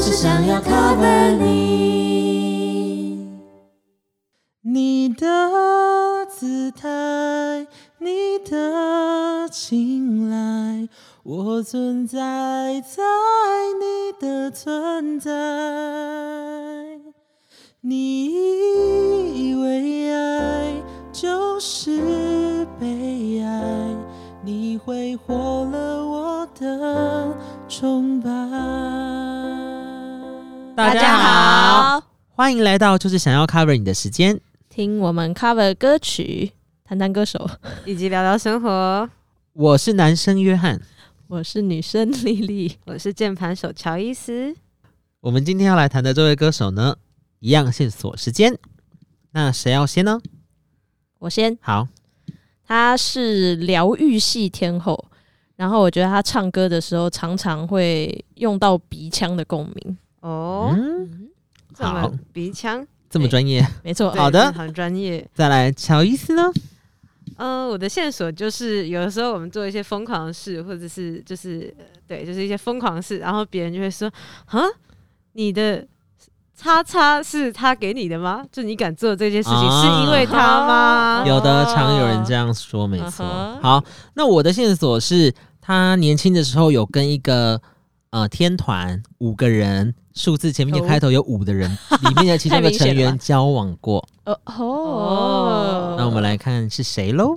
就是想要 cover 你。 你的姿态，你的青睐，我存在在你的存在。你以为爱就是被爱，你挥霍了我的崇拜。大家好，欢迎来到就是想要 cover 你的时间， 听我们 cover 歌曲，谈谈歌手， 以及聊聊生活。 我是男生约翰， 我是女生莉莉， 我是键盘手乔伊斯。 我们今天要来谈的这位歌手呢，一样线索时间。那谁要先呢？ 我先。 好， 他是疗愈系天后，然后我觉得他唱歌的时候常常会用到鼻腔的共鸣。 哦，这好， 么鼻腔， 这么专业， 没错。 好的， 很专业。 再来乔伊斯呢？ 我的线索就是有的时候我们做一些疯狂的事，或者是就是一些疯狂的事，然后别人就会说：“啊，你的叉叉是他给你的吗？就你敢做这件事情，是因为他吗？” 有的常有人这样说，没错。好，那我的线索是他年轻的时候有跟一个天团5个人，数字前面的开头有5的人，里面的其中一个成员交往过。那我们来看是谁咯。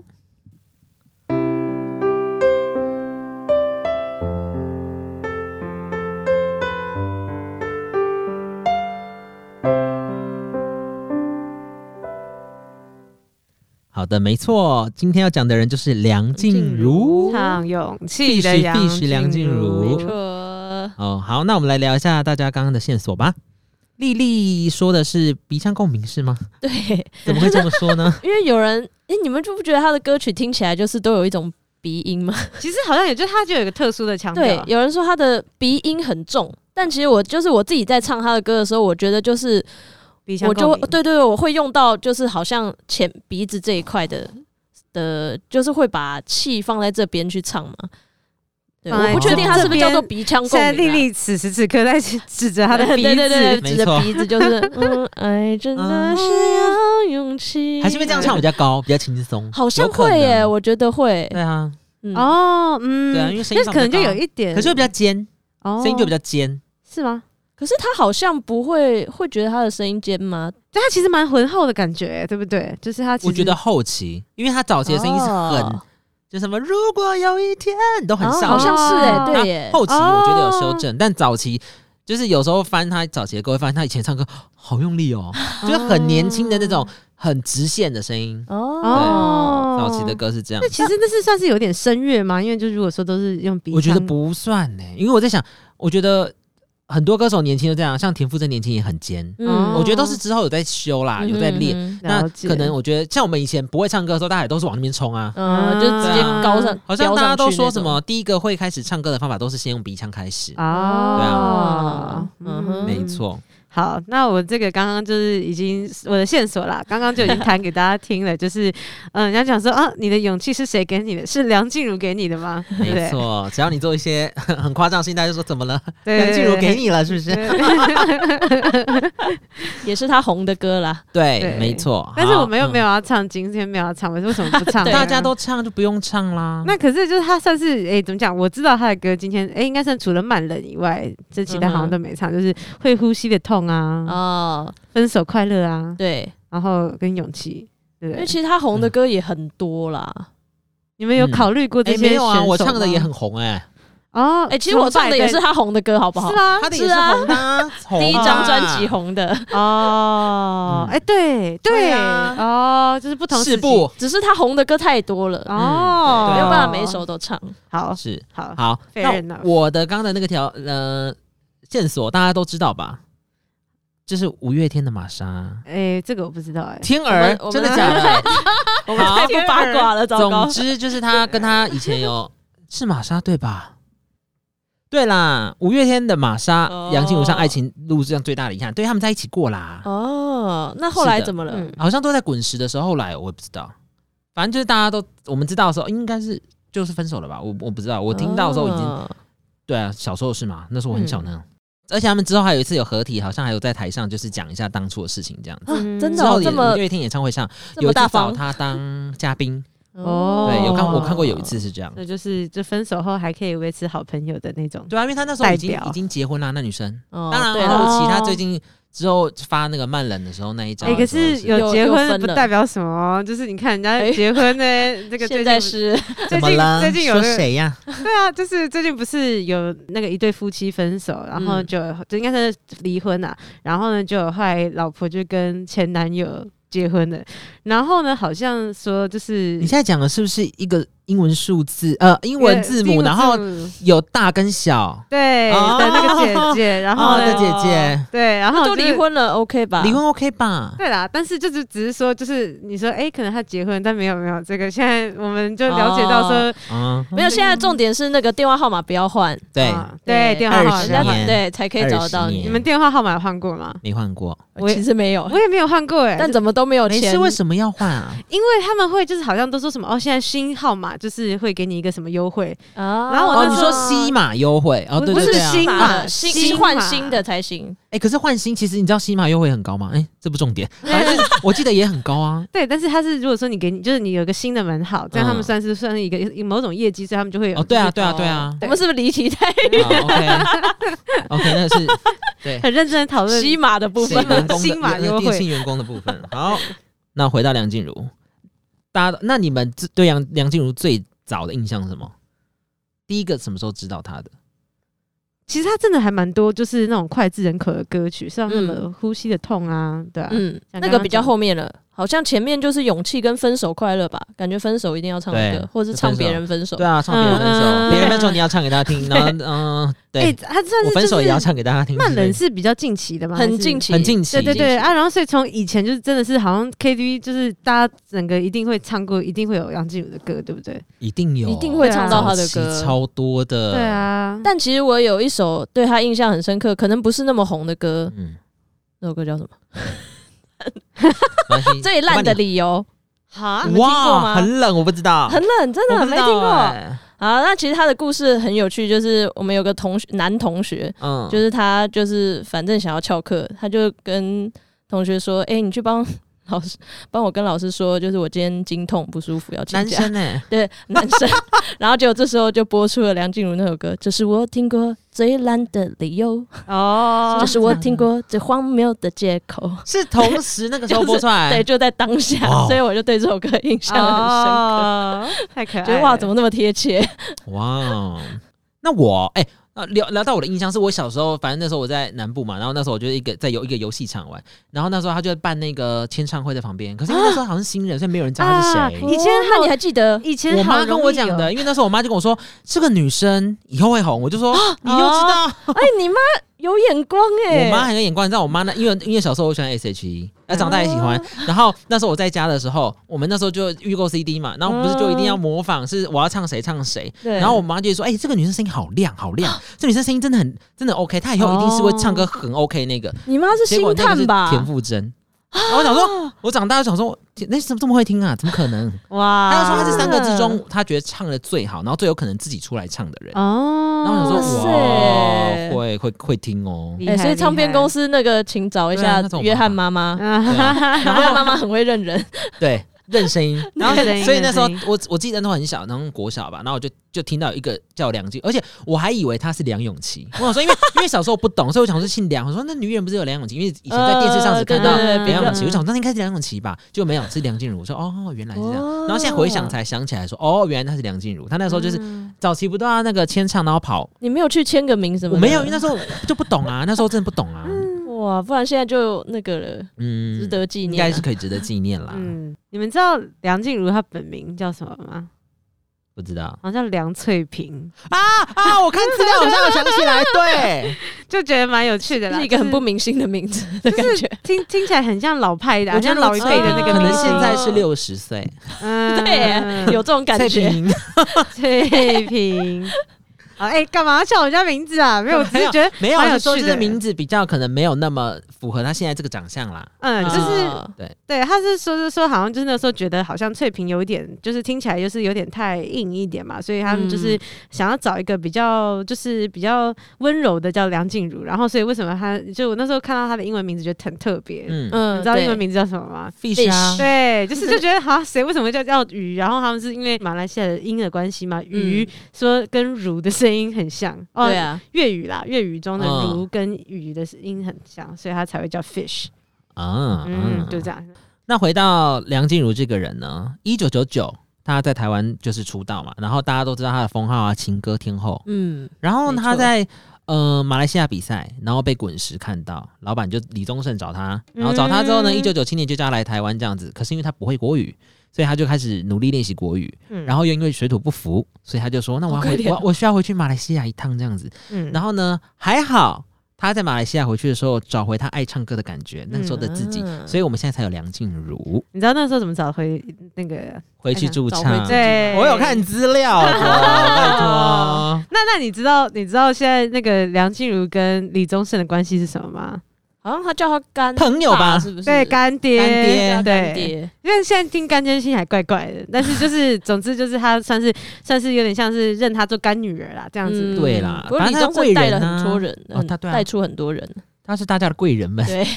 好的，没错，今天要讲的人就是梁静茹， 唱勇气的梁静茹， 没错。 好，那我们来聊一下大家刚刚的线索吧。莉莉说的是鼻腔共鸣是吗？ 对， 怎么会这么说呢？ 因为有人，你们就不觉得他的歌曲听起来就是都有一种鼻音吗？ 其实好像也就他就有一个特殊的腔调。 对，有人说他的鼻音很重，但其实我自己在唱他的歌的时候，我觉得就是我就对，我会用到就是好像前鼻子这一块的，就是会把气放在这边去唱嘛。对，我不确定他是不是叫做鼻腔共鸣。 现在莉莉此时此刻在指着他的鼻子， 对，指着鼻子就是爱真的是要勇气。 还是因为这样唱比较高，比较轻松？ 好像会耶，我觉得会。 对啊， 对啊， 因为声音可能就有一点， 可是会比较尖，声音就比较尖， 是吗？ 可是他好像不会觉得他的声音尖吗？ 对，他其实蛮浑厚的感觉，对不对？就是他， 我觉得后期，因为他早期的声音是很。就什么如果有一天都很少， 好像是对耶。 后期我觉得有修正，但早期就是有时候翻他早期的歌，会发现他以前唱歌好用力哦，就是很年轻的那种很直线的声音。对，早期的歌是这样。 那其实那是算是有点声乐吗？因为就如果说都是用鼻腔， 我觉得不算呢，因为我在想，我觉得。很多歌手年轻都这样，像田馥甄年轻也很尖，我觉得都是之后有在修啦，有在练。那可能我觉得像我们以前不会唱歌的时候，大家也都是往那边冲啊， 就直接高上， 好像大家都说什么第一个会开始唱歌的方法都是先用鼻腔开始啊，对啊，没错。 好，那我这个刚刚就是已经我的线索啦，刚刚就已经弹给大家听了，就是人家讲说你的勇气是谁给你的？是梁静茹给你的吗？ 没错，只要你做一些很夸张的事情，大家就说怎么了？梁静茹给你了，是不是？ 也是他红的歌啦。 对，没错。 但是我们又没有要唱，今天没有要唱，为什么不唱？ 大家都唱就不用唱啦。 那可是就是他算是怎么讲？我知道他的歌今天应该算除了慢冷以外，这其他好像都没唱，就是会呼吸的痛啊，分手快乐啊， 对， 然后跟勇气，对不对？ 因为其实他红的歌也很多啦。 你们有考虑过这些？ 没有啊，我唱的也很红其实我唱的也是他红的歌，好不好？ 是吗？ 他的也是红的， 第一张专辑红的对啊，就是不同时期， 只是他红的歌太多了没有办法每一首都唱。 好， 是好。 那我的刚刚的那个线索大家都知道吧？就是5月天的玛莎。 这个我不知道天儿，真的假的？ 我们太不八卦了，糟糕。 总之就是他跟他以前是玛莎对吧？对啦，5月天的玛莎，梁静茹上《爱情路上最大的遗憾》，对，他们在一起过啦。 那后来怎么了？ 好像都在滚石的时候，后来我也不知道。反正就是大家都我们知道的时候，应该是就是分手了吧？我不知道，我听到的时候已经对啊，小时候是嘛，那时候我很小呢。 而且他们之后还有一次有合体，好像还有在台上就是讲一下当初的事情这样子。 真的之后这么 5月天演唱会上这有一次么大方找他当嘉宾。 哦， 对，我看过有一次是这样。 那就是就分手后还可以维持好朋友的那种。 对啊，因为他那时候已经结婚了，那女生。当然， 对后期他最近之后发那个慢冷的时候那一张， 可是有结婚不代表什么，就是你看人家结婚呢，这个现在是怎么了？ 最近有说谁呀？ 对啊，就是最近不是有那个一对夫妻分手，然后就应该是离婚啊，然后呢就后来老婆就跟前男友结婚了，然后呢好像说就是你现在讲的是不是一个英文数字英文字母，然后有大跟小， 对的那个姐姐，然后的姐姐， 对，然后都离婚了 ，OK 吧？ 离婚 OK 吧？ 对啦，但是就是只是说，就是你说可能他结婚，但没有这个，现在我们就了解到说， 没有。现在重点是那个电话号码不要换， 对电话号码对才可以找得到你。 你们电话号码有换过吗？ 没换过， 我其实没有， 我也没有换过但怎么都没有钱？ 是为什么要换啊？ 因为他们会就是好像都说什么现在新号码就是会给你一个什么优惠啊， 然后我你说西码优惠对， 不是新码， 新换新的才行。 可是换新其实你知道西码优惠很高吗？这不重点，反正我记得也很高啊。 对，但是他是如果说你就是你有一个新的门号，这样他们算是一个某种业绩，所以他们就会有。 对啊。 我们是不是离题太远 ？OK，那是对， 很认真的讨论西码的部分， 新码优惠， 电信员工的部分。好，那回到梁静茹，那你们对梁静茹最早的印象是什么？第一个什么时候知道她的？ 其实他真的还蛮多，就是那种脍炙人口的歌曲，像什么呼吸的痛啊，对啊， 那个比较后面了。好像前面就是勇气跟分手快乐吧，感觉分手一定要唱那个，或者是唱别人分手。 对啊，唱别人分手，别人分手你要唱给大家听，然后对， 他算是我分手也要唱给大家听。 慢冷是比较近期的吗？ 很近期， 对啊，然后所以从以前就是真的是好像 KTV 就是大家整个一定会唱过，一定会有梁静茹的歌，对不对？ 一定有， 一定会唱到她的歌， 超多的。 对啊， 但其实我有一首对她印象很深刻，可能不是那么红的歌，那首歌叫什么？最烂的理由， 好， 你们听过吗？ 很冷，我不知道， 很冷，真的没听过。好，那其实他的故事很有趣，就是我们有个男同学，就是他就是反正想要翘课，他就跟同学说：“你去帮我跟老师说，就是我今天经痛不舒服要请假。” 男生对，男生。然后结果这时候就播出了梁静茹那首歌，这是我听过最烂的理由这是我听过最荒谬的借口。 是同时那个时候播出来， 对，就在当下，所以我就对这首歌印象很深刻， 太可爱了， 觉得哇，怎么那么贴切？ 哇，那我聊到我的印象是我小时候，反正那时候我在南部嘛，然后那时候我就在有一个游戏场玩，然后那时候他就办那个签唱会在旁边，可是因为那时候好像新人，所以没有人知道他是谁。 以前那你还记得？ 以前我妈跟我讲的，因为那时候我妈就跟我说这个女生以后会红，我就说你又知道？ 你妈有眼光我妈很有眼光，你知道我妈因为小时候我喜欢 S.H.E， 长大也喜欢。然后那时候我在家的时候，我们那时候就预购 CD 嘛，然后不是就一定要模仿，是我要唱谁唱谁。然后我妈就说：“这个女生声音好亮好亮，这女生声音真的 OK， 她以后一定是会唱歌很 OK 那个。” 你妈是星探吧？ 田馥甄。然后我想说，我长大就想说，那怎么这么会听啊？怎么可能？ 哇！ 他就说他是3个之中，他觉得唱的最好，然后最有可能自己出来唱的人。然后我想说，哇，会听哦。 所以唱片公司那个，请找一下约翰妈妈。约翰妈妈很会认人。对。认声音，然后所以那时候我记得都很小，然后国小吧，然后我就听到一个叫梁静，而且我还以为他是梁咏琪。我想说，因为小时候不懂，所以我想说姓梁。我说那女演不是有梁咏琪？因为以前在电视上只看到梁咏琪，我想那应该是梁咏琪吧，就没有是梁静茹。我说原来是这样。然后现在回想才想起来说原来他是梁静茹。他那时候就是早期不都要那个签唱然后跑？你没有去签个名什么的？我没有，因为那时候就不懂啊，那时候真的不懂啊。哇，不然现在就那个了，值得纪念，应该是可以值得纪念啦。 你们知道梁静茹她本名叫什么吗？ 不知道， 好像梁翠萍我看资料好像有想起来，对， 就觉得蛮有趣的啦， 是一个很不明星的名字的感觉， 听起来很像老派的，好像老一辈的那个， 可能现在是60岁， 对，有这种感觉。 翠萍。干嘛要叫我家名字啊？没有，我只是觉得没有，是说就是名字比较可能没有那么符合他现在这个长相啦。 就是对，他是说好像就是那时候觉得好像翠萍有一点就是听起来就是有点太硬一点嘛，所以他们就是想要找一个比较温柔的叫梁静茹，然后所以为什么他就我那时候看到他的英文名字觉得很特别，你知道英文名字叫什么吗？ Fish 啊， 对，就觉得好谁为什么叫鱼，然后他们是因为马来西亚的音的关系嘛，鱼说跟如的声音很像， 对啊， 粤语啦，粤语中的如跟鱼的音很像，所以他才会叫 fish 就这样。 那回到梁静茹这个人呢，1999他在台湾就是出道嘛，然后大家都知道他的封号啊，情歌天后。然后他在马来西亚比赛，然后被滚石看到，老板就李宗盛找他，然后找他之后呢，1997年就叫他来台湾这样子。可是因为他不会国语，所以他就开始努力练习国语。然后又因为水土不服，所以他就说：“那我需要回去马来西亚一趟这样子。”然后呢，还好。他在马来西亚回去的时候，找回他爱唱歌的感觉，那时候的自己，所以我们现在才有梁静茹。 你知道那时候怎么找回那个回去驻唱？ 对， 我有看资料的，拜托。 那你知道现在那个梁静茹跟李宗盛的关系是什么吗？ 好像他叫他干朋友吧， 是不是？ 对，干爹， 对， 因为现在听干爹心还怪怪的，但是就是总之就是他算是有点像是认他做干女儿啦，这样子。 对啦， 不过李宗盛带了很多人，他带出很多人， 他是大家的贵人们。 对，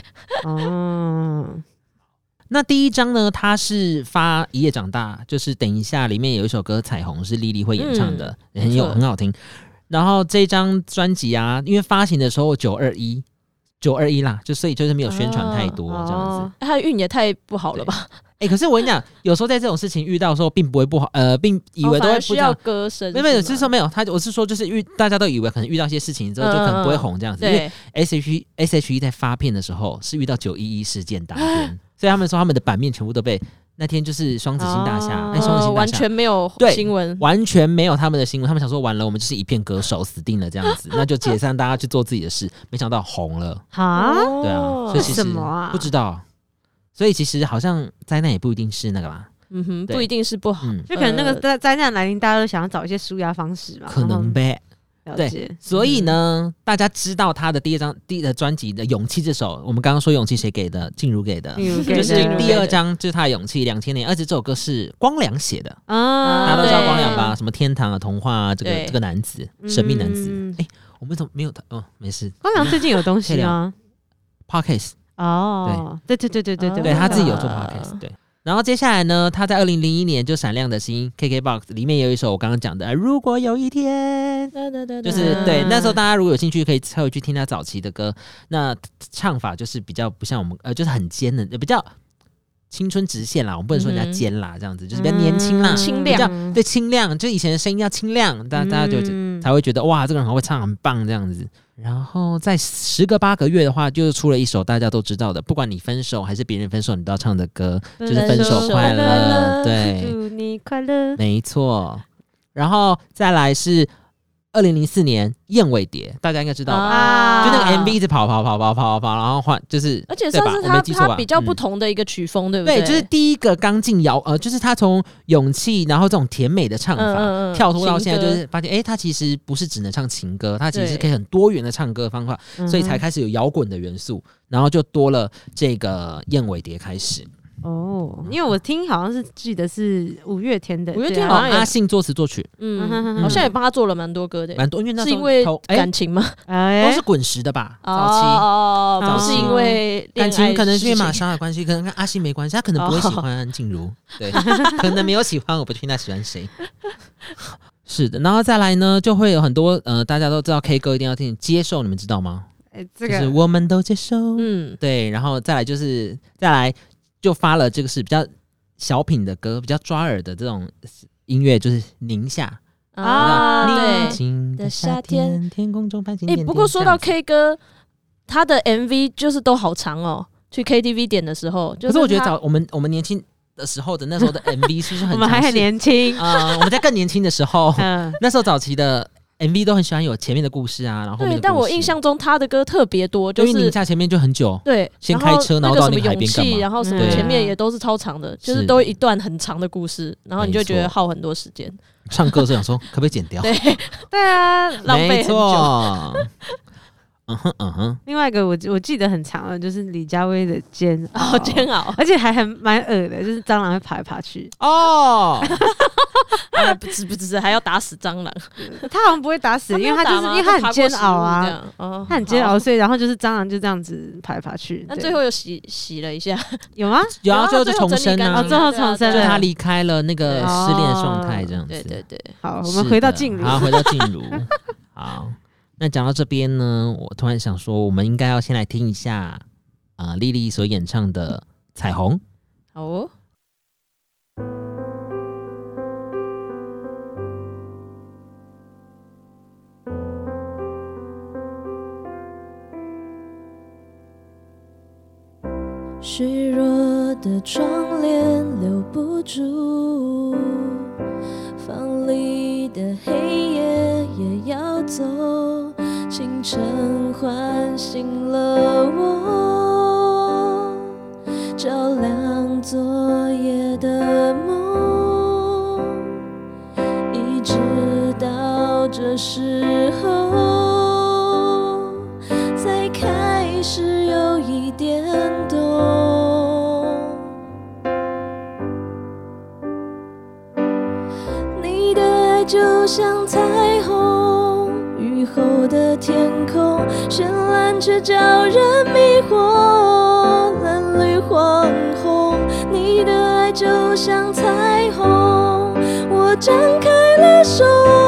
那第一张呢，他是发《一夜长大》，就是等一下里面有一首歌《彩虹》是莉莉会演唱的，很好听。然后这张专辑啊，因为发行的时候921啦，所以就是没有宣传太多这样子。 他的运也太不好了吧？ 可是我跟你讲，有时候在这种事情遇到的时候，并不会不好，并以为都会不需要歌声。 没有，是说没有。我是说，就是大家都以为可能遇到一些事情之后，就可能不会红这样子。因为 S.H.E 在发片的时候是遇到911事件打片，所以他们说他们的版面全部都被。那天就是双子星大厦，双子星大厦完全没有新闻， 完全没有他们的新闻。他们想说完了，我们就是一片歌手死定了这样子，那就解散，大家去做自己的事。没想到红了对啊，所以其实不知道，所以其实好像灾难也不一定是那个啦， 不一定是不好， 就可能那个灾难来临，大家都想要找一些抒压方式嘛， 可能呗。对，所以呢，大家知道他的第一的专辑的《勇气》这首，我们刚刚说《勇气》谁给的？静茹给的，就是第二张就是他的《勇气》，2000年，而且这首歌是光良写的大家都知道光良吧？什么天堂啊、童话啊，这个男子，神秘男子。我们怎么没有他？没事。 光良最近有东西吗 ？Podcast 对， 他自己有做 Podcast 对。然后接下来呢，他在2001年就闪亮的星 KKBOX 里面有一首我刚刚讲的如果有一天，就是对那时候大家如果有兴趣可以稍微去听他早期的歌，那唱法就是比较不像我们就是很尖的，比较青春直线啦，我们不能说人家尖啦，这样子就是比较年轻啦， 清亮， 对，清亮，就以前的声音要清亮，大家就才会觉得哇，这个人很会唱，很棒这样子。然后在时隔8个月的话，就出了一首大家都知道的，不管你分手还是别人分手，你都要唱的歌，就是《分手快乐》。对， 祝你快乐， 没错。然后再来是2004年燕尾蝶，大家应该知道吧？就那个 MV 一直跑，然后换就是， 而且算是他比较不同的一个曲风，对不对？ 对，就是第一个刚进就是他从勇气，然后这种甜美的唱法跳脱到现在，就是发现他其实不是只能唱情歌，他其实是可以很多元的唱歌方法，所以才开始有摇滚的元素，然后就多了这个燕尾蝶开始。 因为我听好像是记得是五月天的， 五月天好像阿信作词作曲， 好像也帮他做了蛮多歌的， 蛮多，因为那是因为感情吗？ 都是滚石的吧？早期不是因为感情，可能是因为玛莎的关系，可能跟阿信没关系，他可能不会喜欢静茹，对，可能没有喜欢，我不确定他喜欢谁。是的，然后再来呢，就会有很多大家都知道 K 歌一定要听，接受，你们知道吗？就是我们都接受，对，然后再来就发了这个是比较小品的歌，比较抓耳的这种音乐，就是宁夏对， 宁静的夏天，天空中繁星点点。 不过说到 K 歌，他的 MV 就是都好长哦。去 KTV 点的时候， 可是我觉得我们年轻的时候的那时候的 MV 是不是很？ 我们还很年轻我们在更年轻的时候，那时候早期的。MV 都很喜欢有前面的故事啊，然后后面的故事。 对，但我印象中他的歌特别多，就是宁夏前面就很久， 对， 先开车，然后到那个海边干嘛？ 然后什么前面也都是超长的，就是都一段很长的故事，然后你就觉得耗很多时间。 唱歌是想说可不可以剪掉？ 对啊，浪费很久。 另外一个我记得很长的就是李佳薇的煎熬， 煎熬， 而且还蛮恶的，就是蟑螂会爬来爬去。 哦， 不是，还要打死蟑螂。 他好像不会打死，因为他很煎熬啊，他很煎熬，所以然后就是蟑螂就这样子爬来爬去。 那最后有洗了一下， 有吗？ 有啊，最后就重生啊， 最后重生， 就他离开了那个失恋的状态，这样子。 对。 好，我们回到静茹。 好，回到静茹。好，那讲到这边呢，我突然想说，我们应该要先来听一下莉莉所演唱的《彩虹》。 好哦。 虚弱的窗帘留不住，房里的黑夜也要走，清晨唤醒了我，照亮昨夜的梦，一直到这时候才开始有一点懂。你的爱就像彩虹，雨后的天空绚烂却叫人迷惑，蓝绿黄红。你的爱就像彩虹，我张开了手，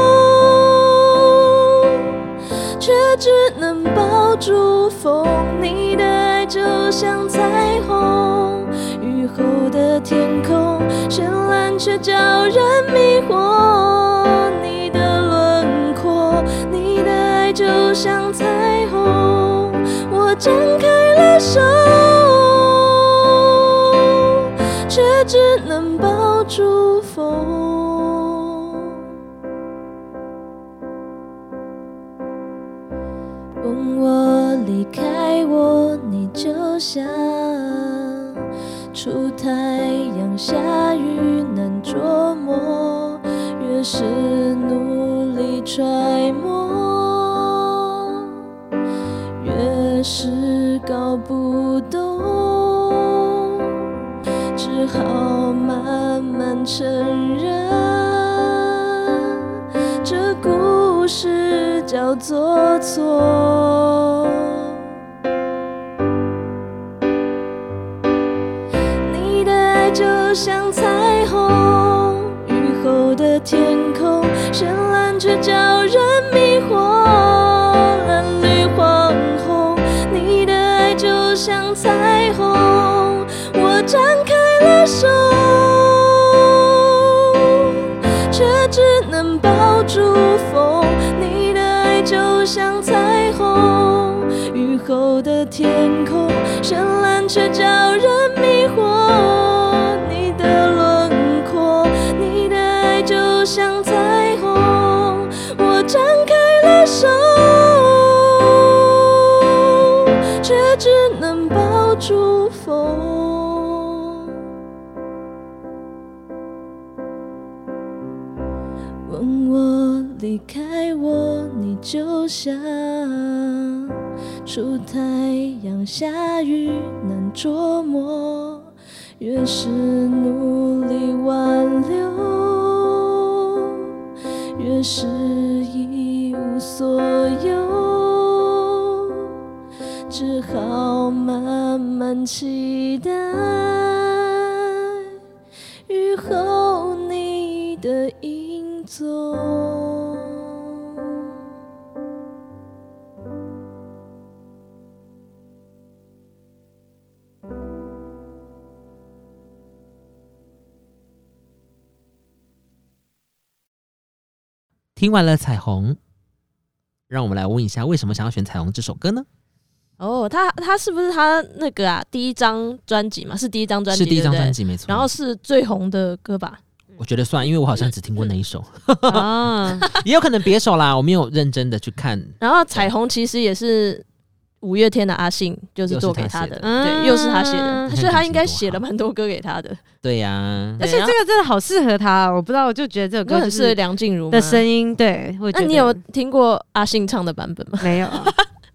却只能抱住风。你的爱就像彩虹，雨后的天空绚烂却叫人迷惑，你的轮廓。你的爱就像彩虹，我张开了手，却只能抱住风。问我离开我，你就像出太阳下雨难捉摸，越是努力揣摩，越是搞不懂，只好慢慢承认，这故事叫做错。你的爱就像彩虹，雨后的天空绚烂却叫人迷惑，蓝绿黄红。你的爱就像彩虹，我张开了手，却只能抱住风。你的爱就像彩虹，雨后的天空绚烂却叫人迷惑，你的轮廓。你的爱就像彩虹，我张开了手，却只能抱住风。问我离开我，你就像出太阳下雨难捉摸，越是努力挽留，越是一无所有，只好慢慢期待雨后你的影踪。 听完了彩虹，让我们来问一下，为什么想要选彩虹这首歌呢？ 哦，他是不是他那个啊？第一张专辑嘛，是第一张专辑， 是第一张专辑没错。 然后是最红的歌吧？ 我觉得算，因为我好像只听过那一首，也有可能别首啦，我没有认真的去看。 然后彩虹其实也是五月天的阿信就是做给他的，对，又是他写的，所以他应该写了蛮多歌给他的。 对呀， 而且这个真的好适合他，我不知道，我就觉得这首歌很适合梁静茹的声音。对， 那你有听过阿信唱的版本吗？ 没有。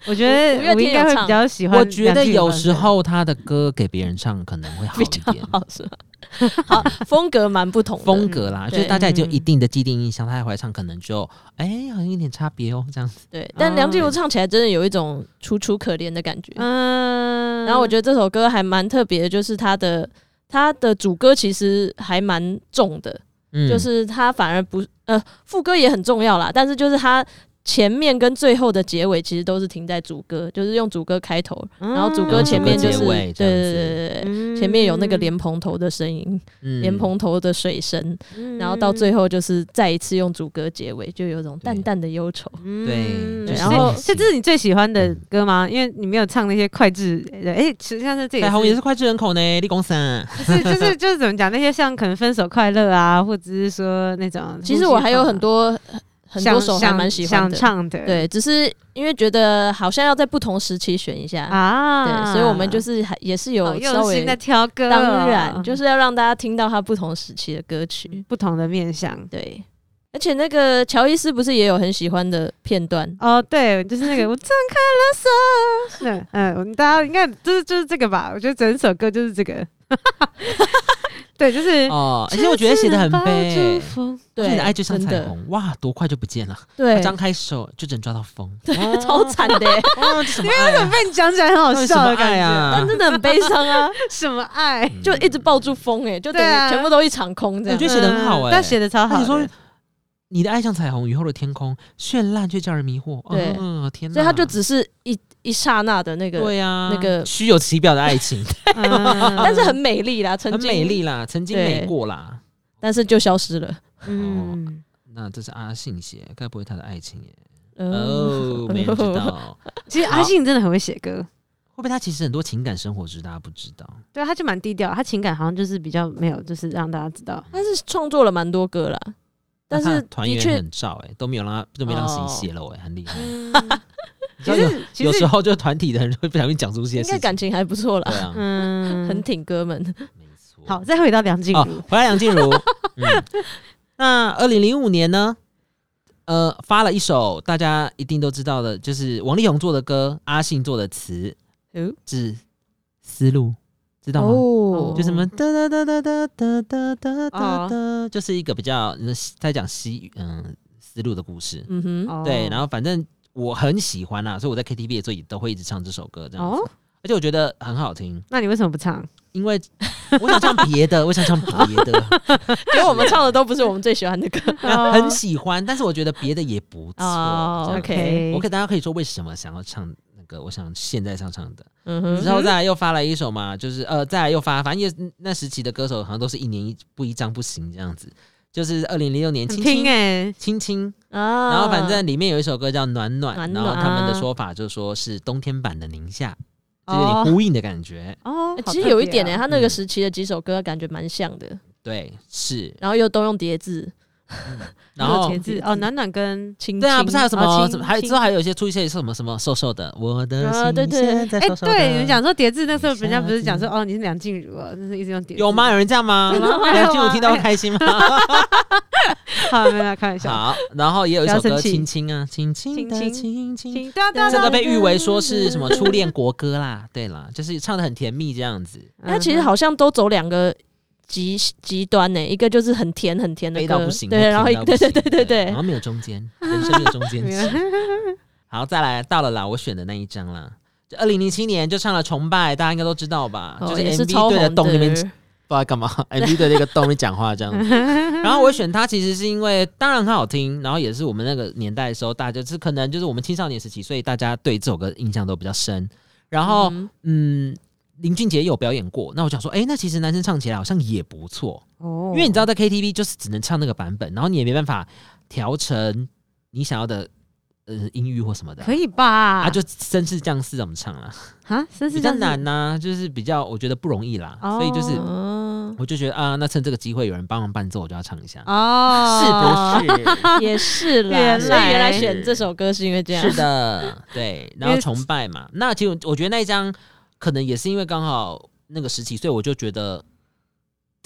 我觉得我应该会比较喜欢。 我觉得有时候他的歌给别人唱可能会好一点， 比较好是吧？好，风格蛮不同的， 风格啦，就是大家已经有一定的既定印象，他回来唱可能就好像有点差别哦，这样子。 对，但梁静茹唱起来真的有一种楚楚可怜的感觉。然后我觉得这首歌还蛮特别的，就是它的主歌其实还蛮重的，就是它反而不副歌也很重要啦，但是就是它前面跟最后的结尾其实都是停在主歌，就是用主歌开头，然后主歌前面就是对，前面有那个莲蓬头的声音，莲蓬头的水声，然后到最后就是再一次用主歌结尾，就有种淡淡的忧愁。 对， 然后这是你最喜欢的歌吗？因为你没有唱那些脍炙，实际上是这彩虹也是脍炙人口呢，立功三。 就是怎么讲那些像可能分手快乐啊，或者是说那种， 其实我还有很多首还蛮喜欢的， 想唱的， 对，只是因为觉得好像要在不同时期选一下啊，对，所以我们就是也是有稍微在挑歌， 当然就是要让大家听到他不同时期的歌曲， 不同的面向， 对。而且那个乔伊斯不是也有很喜欢的片段哦？对，就是那个我张开了手，大家应该就是这个吧？我觉得整首歌就是这个。对，就是而且我觉得写得很悲， 对， 你的爱就像彩虹，哇，多快就不见了。 对， 张开手就只能抓到风， 超惨的。 因为怎么被你讲起来很好笑的感觉， 但真的很悲伤啊！ 什么爱？ 就一直抱住风，就等于全部都一场空这样。 我觉得写得很好， 但写得超好。 你说你的爱像彩虹，雨后的天空，绚烂却叫人迷惑。 对， 天哪！ 所以它就只是一刹那的那个， 对呀， 那个虚有其表的爱情， 但是很美丽啦，很美丽啦，曾经美过啦， 但是就消失了。 那这是阿信写，该不会他的爱情耶？ 没人知道。 其实阿信真的很会写歌， 会不会他其实很多情感生活只是大家不知道？ 对，他就蛮低调，他情感好像就是比较没有，就是让大家知道。 他是创作了蛮多歌啦。但是团员很照都没让谁写了很厉害。 其实有时候就团体的人会不小心讲出这些事情， 应该感情还不错啦。 对啊， 很挺哥们。 没错。 好，再回到梁静茹， 回来梁静茹。那2005年呢？发了一首大家一定都知道的，就是王力宏做的歌，阿信做的词，是《丝路》。知道吗？就什么哒哒哒哒哒哒哒哒哒，就是一个比较在讲丝路的故事。对，然后反正我很喜欢啦，所以我在 KTV 的时候也都会一直唱这首歌这样子，而且我觉得很好听。 那你为什么不唱？ 因为我想唱别的，因为我们唱的都不是我们最喜欢的歌， 很喜欢，但是我觉得别的也不错。 OK， 大家可以说为什么想要唱。我想现在唱的，之后再来又发了一首嘛，就是再来又发，反正那时期的歌手好像都是一年一张不行这样子，就是2006年青青然后反正里面有一首歌叫暖暖，然后他们的说法就是说是冬天版的宁夏，就有点呼应的感觉其实有一点他那个时期的几首歌感觉蛮像的， 对，是， 然后又都用叠字。 然后暖暖跟青， 对啊，不是还有什么，之后还有一些出现什么瘦瘦的，我的心现在瘦瘦的。 对，你们讲说叠字那时候，人家不是讲说你是梁静茹啊，就是一直用叠字。 有吗？有人这样吗？梁静茹听到会开心吗？ 好，没有开玩笑。 好，然后也有一首歌《青青》啊，青青的青青，这个被誉为说是什么初恋国歌啦。对啦，就是唱得很甜蜜这样子。 那其实好像都走两个。极端一个就是很甜的歌，对，然后对， 然后没有中间，人生没有中间值。好，再来到了啦，我选的那一张啦，就2007年就唱了《崇拜》，大家应该都知道吧？就是 MV 对着洞那边不知道干嘛，MV 对那个洞里讲话这样子。然后我选它其实是因为当然很好听，然后也是我们那个年代的时候，大家就是可能就是我们青少年时期，所以大家对这首歌印象都比较深。然后林俊杰也有表演过，那我想说，那其实男生唱起来好像也不错因为你知道在 KTV 就是只能唱那个版本，然后你也没办法调成你想要的音域或什么的， 可以吧？ 就绅士降四怎么唱啦？ 绅士比较难呐，就是比较我觉得不容易啦，所以就是我就觉得那趁这个机会有人帮忙伴奏，我就要唱一下是不是？ 也是啦，所以原来选这首歌是因为这样。 是的，对，然后崇拜嘛，那其实我觉得那一张。可能也是因为刚好那个时期，所以我就觉得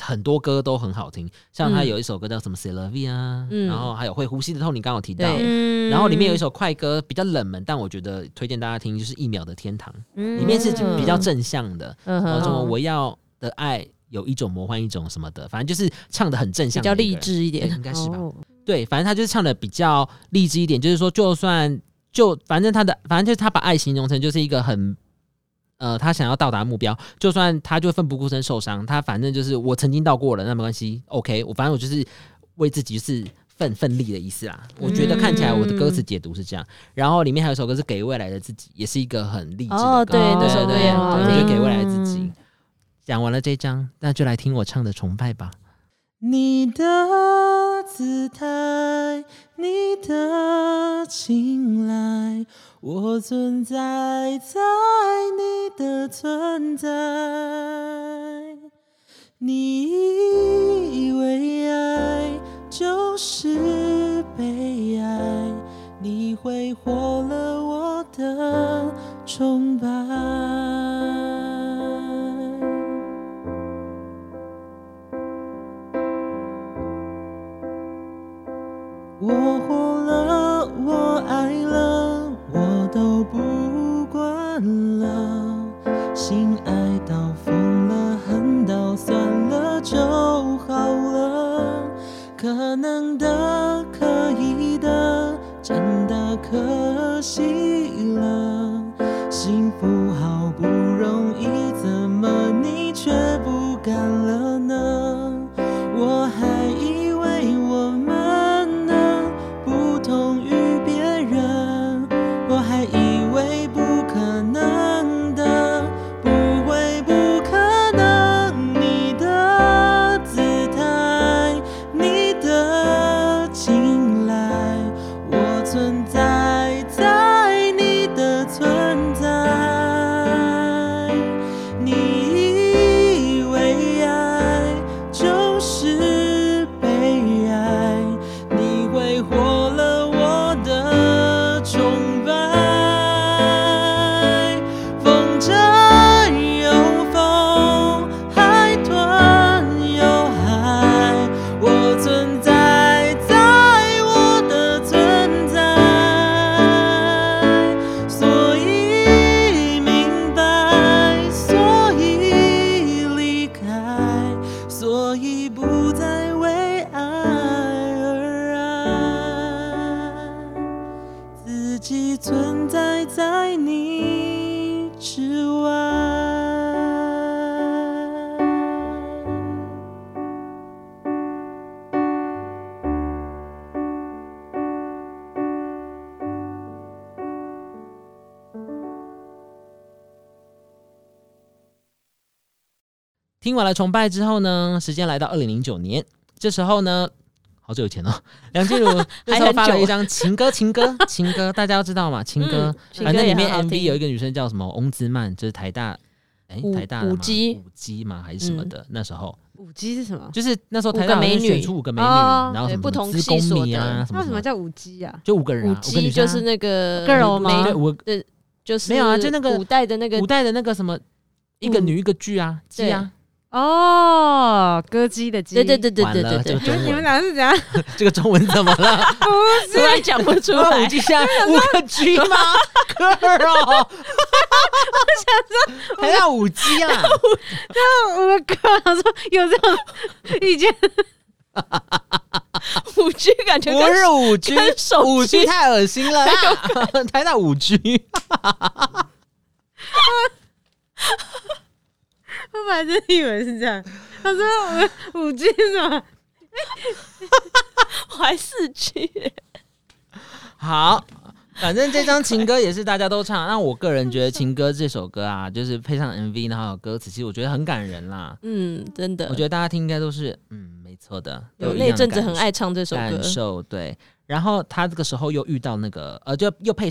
很多歌都很好听，像他有一首歌叫什么 C'est la vie 啊，然后还有会呼吸的痛，你刚刚有提到，然后里面有一首快歌比较冷门，但我觉得推荐大家听，就是1秒的天堂，里面是比较正向的，什么我要的爱有一种魔幻一种什么的，反正就是唱的很正向， 比较励志一点， 应该是吧？对，反正他就是唱的比较励志一点，就是说反正就是他把爱形容成就是一个很。他想要到达目标，就算他就奋不顾身受伤，他反正就是我曾经到过了，那没关系 ，OK， 反正我就是为自己就是奋力的意思啦。我觉得看起来我的歌词解读是这样，然后里面还有一首歌是给未来的自己，也是一个很励志的歌。 对，那首歌也很好听。 我觉得给未来的自己。讲完了这张，那就来听我唱的《崇拜》吧。你的姿态，你的青睐，我存在在你的存在。你以为爱就是被爱，你挥霍了我的崇拜。我活了，我爱了，我都不管了。心爱到疯了，恨到算了就好了。可能的，可以的，真的可惜了。幸福好不容易，怎么你却不干了呢？我还以为我们能不同于别人，我还以为不可能的，不会不可能。你的姿态，你的青睐，我存在在你的存在。你以为爱就是被爱，你挥霍了我的崇拜。风筝有风，海豚有海，我存在在我的存在。所以明白，所以离开，所以不再为爱而爱，自己存在在你之外。听完了崇拜之后呢，时间来到2009年，这时候呢，好久以前哦，梁静茹那时候发了一张情歌，大家要知道嘛，情歌，反正里面 MV 有一个女生叫什么翁姿曼，就是台大舞姬嘛还是什么的，那时候舞姬是什么？ 就是那时候台大选出5个美女，然后什么不同资工迷啊， 为什么叫舞姬啊？ 就5个人啊， 舞姬就是那个 girl 吗？ 对， 就是没有啊，就那个古代的那个什么一个女一个剧啊，姬啊。 哦，歌姬的姬， 对， 你们俩是怎样？ 这个中文怎么了？ 突然讲不出来。 舞姬下5个 G 吗？Girl， 我想说还要舞姬啦， 我的歌说有这种意见。 5G 感觉不是5G， 跟手机 5G 太恶心了啦，台大5G。 我本来真以为是这样，他说我5G 是什么？ 我还4G。 好，反正这张情歌也是大家都唱。那我个人觉得情歌这首歌啊，就是配上 MV， 然后有歌词，其实我觉得很感人啦。 真的， 我觉得大家听应该都是没错的。有那阵子很爱唱这首歌， 感受对。然后他这个时候又遇到那个就又配上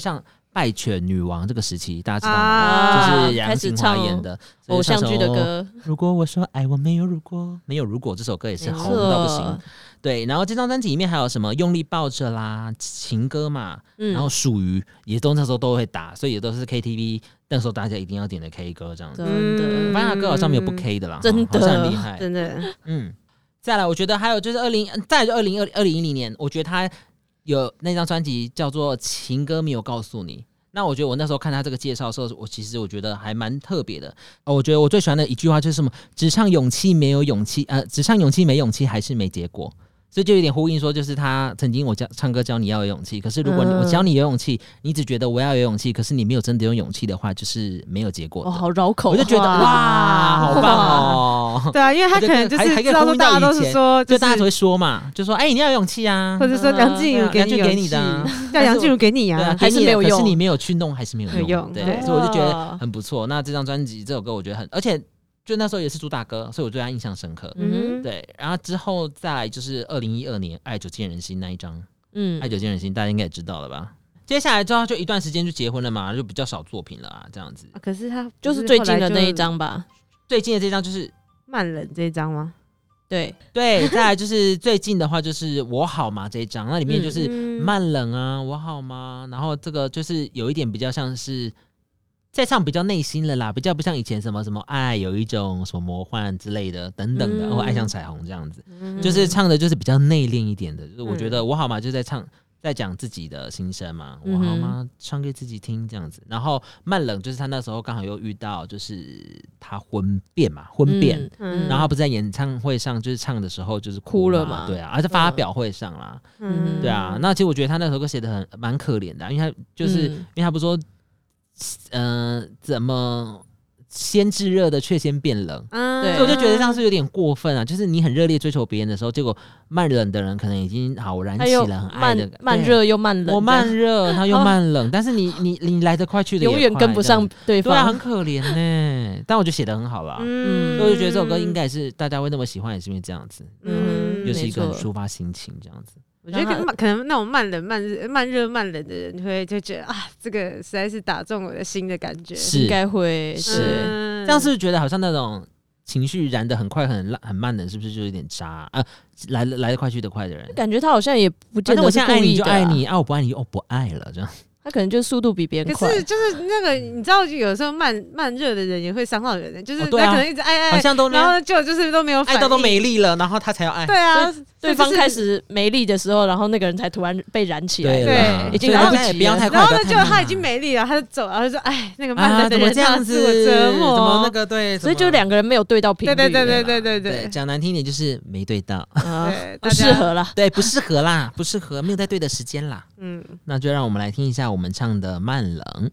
拜犬女王这个时期，大家知道吗？就是杨谨华演的偶像剧的歌。 如果我说爱我没有如果，没有如果这首歌也是红到不行。对，然后这张专辑里面还有什么用力抱着啦、情歌嘛，然后属于也都那时候都会打，所以也都是 KTV 那时候大家一定要点的 K 歌这样子。 真的， 发现他歌好像没有不 K 的啦， 真的好像很厉害， 真的。 再来，我觉得还有就是再来就2010年，我觉得他有那张专辑叫做《情歌没有告诉你》。那我觉得我那时候看他这个介绍的时候，其实我觉得还蛮特别的。我觉得我最喜欢的一句话就是什么？只唱勇气没有勇气，只唱勇气没勇气，还是没结果。所以就有点呼应说，就是他曾经我唱歌教你要有勇气，可是如果我教你有勇气，你只觉得我要有勇气，可是你没有真的有勇气的话，就是没有结果的。 好绕口， 我就觉得哇，好棒哦！ 对啊，因为他可能就是知道说大家都是说， 就大家只会说嘛，就说你要有勇气啊， 或者说梁静茹给你的，要梁静茹给你啊， 还是没有用， 可是你没有去弄，还是没有用。对，所以我就觉得很不错。那这张专辑这首歌我觉得而且。就那时候也是主打歌，所以我对他印象深刻。对，然后之后再来就是2012年《爱久见人心》那一张，爱久见人心大家应该也知道了吧？接下来之后就一段时间就结婚了嘛，就比较少作品了啊，这样子。 可是他就是最近的那一张吧？ 最近的这张就是慢冷这一张吗？ 对， 再来就是最近的话就是我好吗这一张，那里面就是慢冷啊，我好吗？然后这个就是有一点比较像是。在唱比较内心了啦，比较不像以前什么什么爱有一种什么魔幻之类的等等的，然后爱像彩虹这样子，就是唱的就是比较内敛一点的。就是我觉得我好吗就在讲自己的心声嘛，我好吗唱给自己听这样子。然后慢冷就是他那时候刚好又遇到就是他婚变，然后他不是在演唱会上就是唱的时候就是哭了嘛，对啊，而且发表会上啦，对啊。那其实我觉得他那首歌写的蛮可怜的，因为他就是因为他不是说。怎么先炙热的却先变冷？所以我就觉得这样是有点过分啊！就是你很热烈追求别人的时候，结果慢冷的人可能已经好燃起了很爱的慢热又慢冷， 我慢热他又慢冷，但是你来得快去的永远跟不上对方， 对啊，很可怜呢。但我觉得写得很好啦，所以我就觉得这首歌应该是大家会那么喜欢，也是因为这样子，又是一个很抒发心情这样子。 我觉得可能那种慢冷、慢热、慢冷的人就觉得啊，这个实在是打中我的心的感觉， 应该会是这样，是不是觉得好像那种情绪燃得很快很慢的，是不是就有点渣啊？来得快去得快的人， 感觉他好像也不见得是故意的。 我现在爱你就爱你，我不爱你就不爱了，这样。 他可能就是速度比别人快， 可是就是那个你知道，有时候慢热的人也会伤到人，就是他可能一直爱， 好像都然后就是都没有反应， 爱到都没力了，然后他才要爱。 对啊， 对方开始没力的时候，然后那个人才突然被燃起来， 对， 已经来不及了。 不要太快， 然后呢，就他已经没力了，他就走，然后就说：“哎，那个慢热的人这样子我折磨， 怎么那个对？” 所以就两个人没有对到频率。 对， 讲难听一点就是没对到， 不适合啦， 对，不适合啦，不适合，没有在对的时间啦。那就让我们来听一下我们唱的慢冷。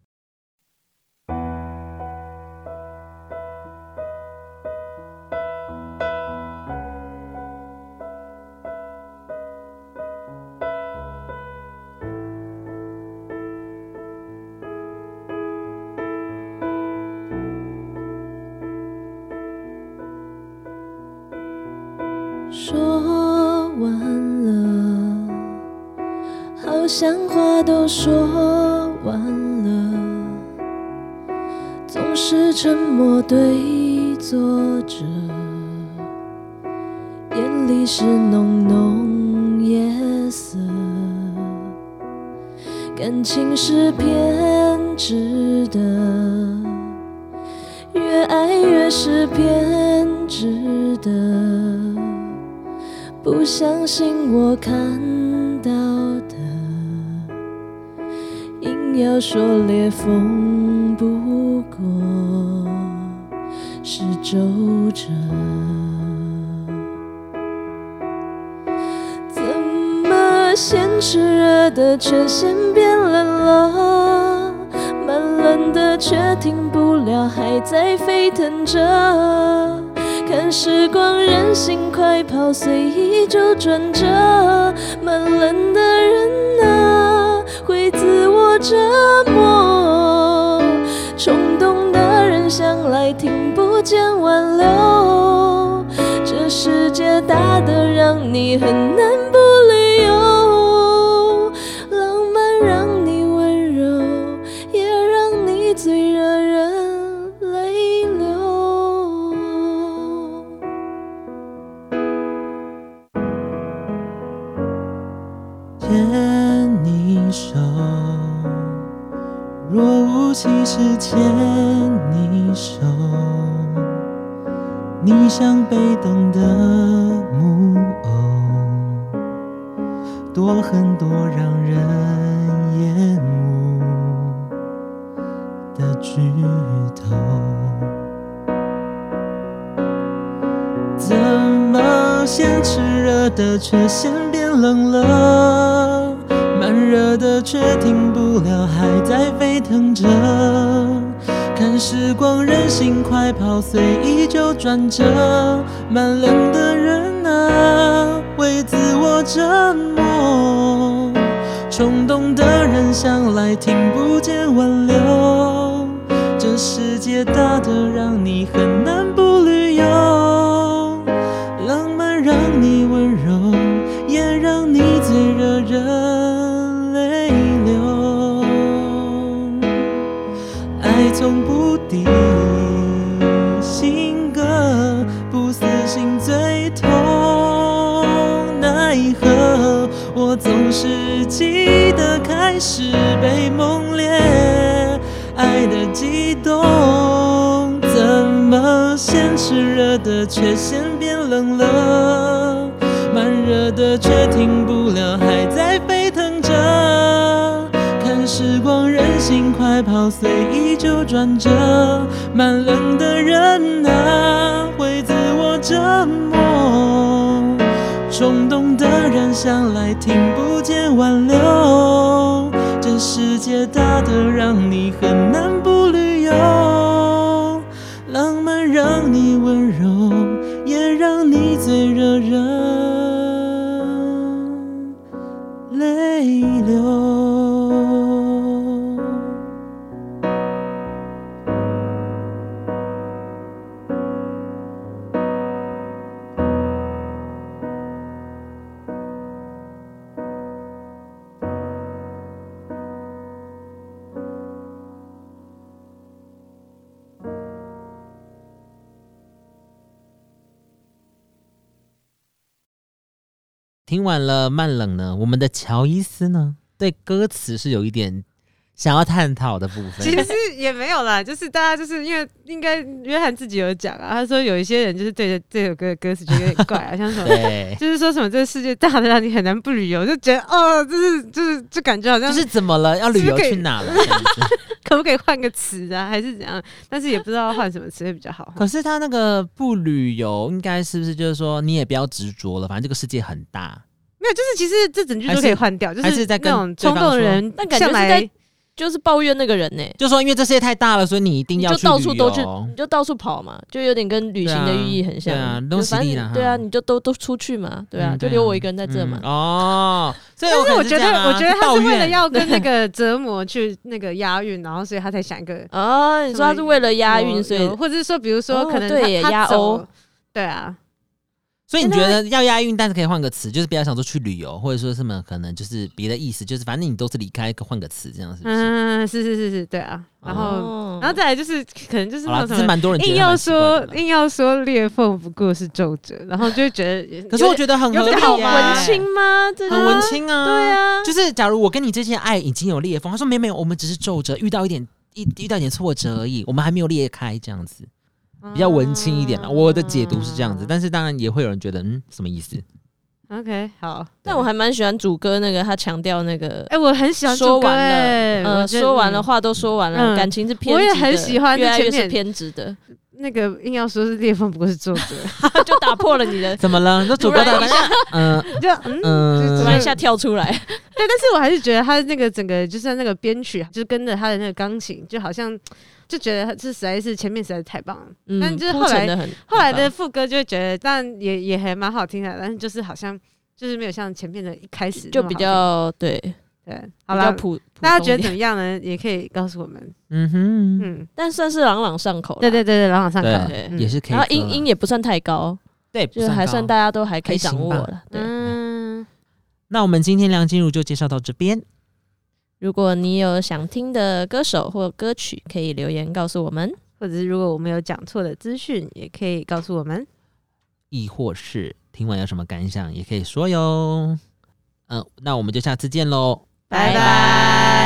说完了，好像话都说完了，总是沉默对坐着，眼里是浓浓夜色，感情是偏执的，越爱越是偏执的，不相信我看到的，硬要说裂缝不过是皱褶，怎么先炽热的却先变冷了，慢冷的却停不了，还在沸腾着，看时光任性快跑，随意就转着，慢冷的人啊，会自我折磨，冲动的人向来听不见挽留，这世界大得让你很难不理由，浪漫让你温柔， 若无其事牵你手，你像被动的木偶，多很多让人厌恶的举头。怎么先炽热的却先变冷了，慢热的却停不了，还在飞腾着。看时光任性快跑，随意就转折。慢冷的人啊，为自我折磨。冲动的人向来听不见挽留。这世界大得让你很难不旅游。浪漫让你温柔，也让你最惹人泪流。爱从不敌性格，不死心最痛。奈何我总是记得开始被猛烈爱的激动。怎么先炽热的却先变冷了，慢热的却停不了，还在飞腾着。看时光任性快跑，随意就转折。慢冷的人啊，为自我折磨。冲动的人向来听不见挽留。这世界大得让你很难不旅游。浪漫让你温柔，也让你最惹人泪流。 听完了慢冷呢，我们的乔伊斯呢，对歌词是有一点想要探讨的部分。 其实也没有啦，就是大家就是因为应该约翰自己有讲啊，他说有一些人就是对着这首歌的歌词觉得有点怪啊，像什么就是说什么这个世界大的让你很难不旅游，就觉得哦，就感觉好像就是怎么了，要旅游去哪了？ 可不可以换个词啊，还是怎样？但是也不知道换什么词会比较好。 可是他那个不旅游，应该是不是就是说你也不要执着了，反正这个世界很大。 没有，就是其实这整句都可以换掉，就是在跟那种冲动的人， 但感觉是在就是抱怨那个人呢、 就说因为这世界太大了，所以你一定要去旅游， 你就到处都去，你就到处跑嘛，就有点跟旅行的寓意很像。 对啊，都是力啦。 对啊，你就都出去嘛，对啊，就留我一个人在这嘛。 哦，所以但是我觉得他是为了要跟那个个折磨去那个押韵，然后所以他才想一个哦，你说他是为了押韵，所以或者是说，比如说可能对他押欧， 对啊。 所以你觉得要押韵，但是可以换个词，就是不要想说去旅游，或者说什么可能就是别的意思，就是反正你都是离开，换个词这样，是不是？ 是，对啊。然后再来就是可能就是那种蛮多人硬要说裂缝不过是皱褶，然后就会觉得， 可是我觉得很合理啊， 好文青吗？ 很文青啊， 对啊， 就是假如我跟你之间爱已经有裂缝，他说没有，我们只是皱褶，遇到一点挫折而已，我们还没有裂开这样子。比较文青一点啦，我的解读是这样子，但是当然也会有人觉得，什么意思 ？OK， 好， 但我还蛮喜欢主歌那个，他强调那个， 我很喜欢说完了，说完了，话都说完了，感情是偏执的， 我也很喜欢， 越来越是偏执的。 那个硬要说是裂缝，不过是皱褶， 就打破了你的怎么了？那主歌的就突然一下跳出来，对， 但是我还是觉得他那个整个就是那个编曲，就是跟着他的那个钢琴，就好像。就觉得这实在是前面实在是太棒了，但就是后来的副歌就会觉得，但也还蛮好听的，但是就是好像就是没有像前面的一开始就比较对， 好了，大家觉得怎么样呢？也可以告诉我们。 但算是朗朗上口， 对，朗朗上口， 也是可以。 然后音也不算太高， 对， 就还算大家都还可以掌握了。对， 那我们今天梁静茹就介绍到这边。 如果你有想听的歌手或歌曲，可以留言告诉我们， 或者是如果我们有讲错的资讯，也可以告诉我们， 亦或是听完有什么感想，也可以说哟。那我们就下次见喽， 拜拜。